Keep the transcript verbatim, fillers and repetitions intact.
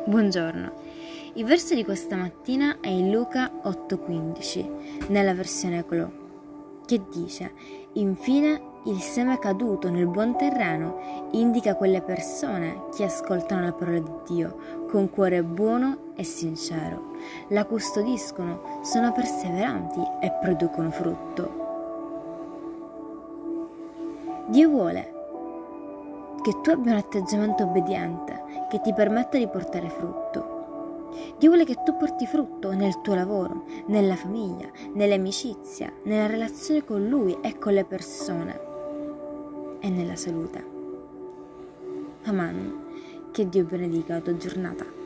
Buongiorno. Il verso di questa mattina è in Luca otto quindici, nella versione Ecolo, che dice: infine il seme caduto nel buon terreno indica quelle persone che ascoltano la parola di Dio con cuore buono e sincero, la custodiscono, sono perseveranti e producono frutto. Dio vuole che tu abbia un atteggiamento obbediente che ti permetta di portare frutto. Dio vuole che tu porti frutto nel tuo lavoro, nella famiglia, nell'amicizia, nella relazione con Lui e con le persone e nella salute. Amen. Che Dio benedica la tua giornata.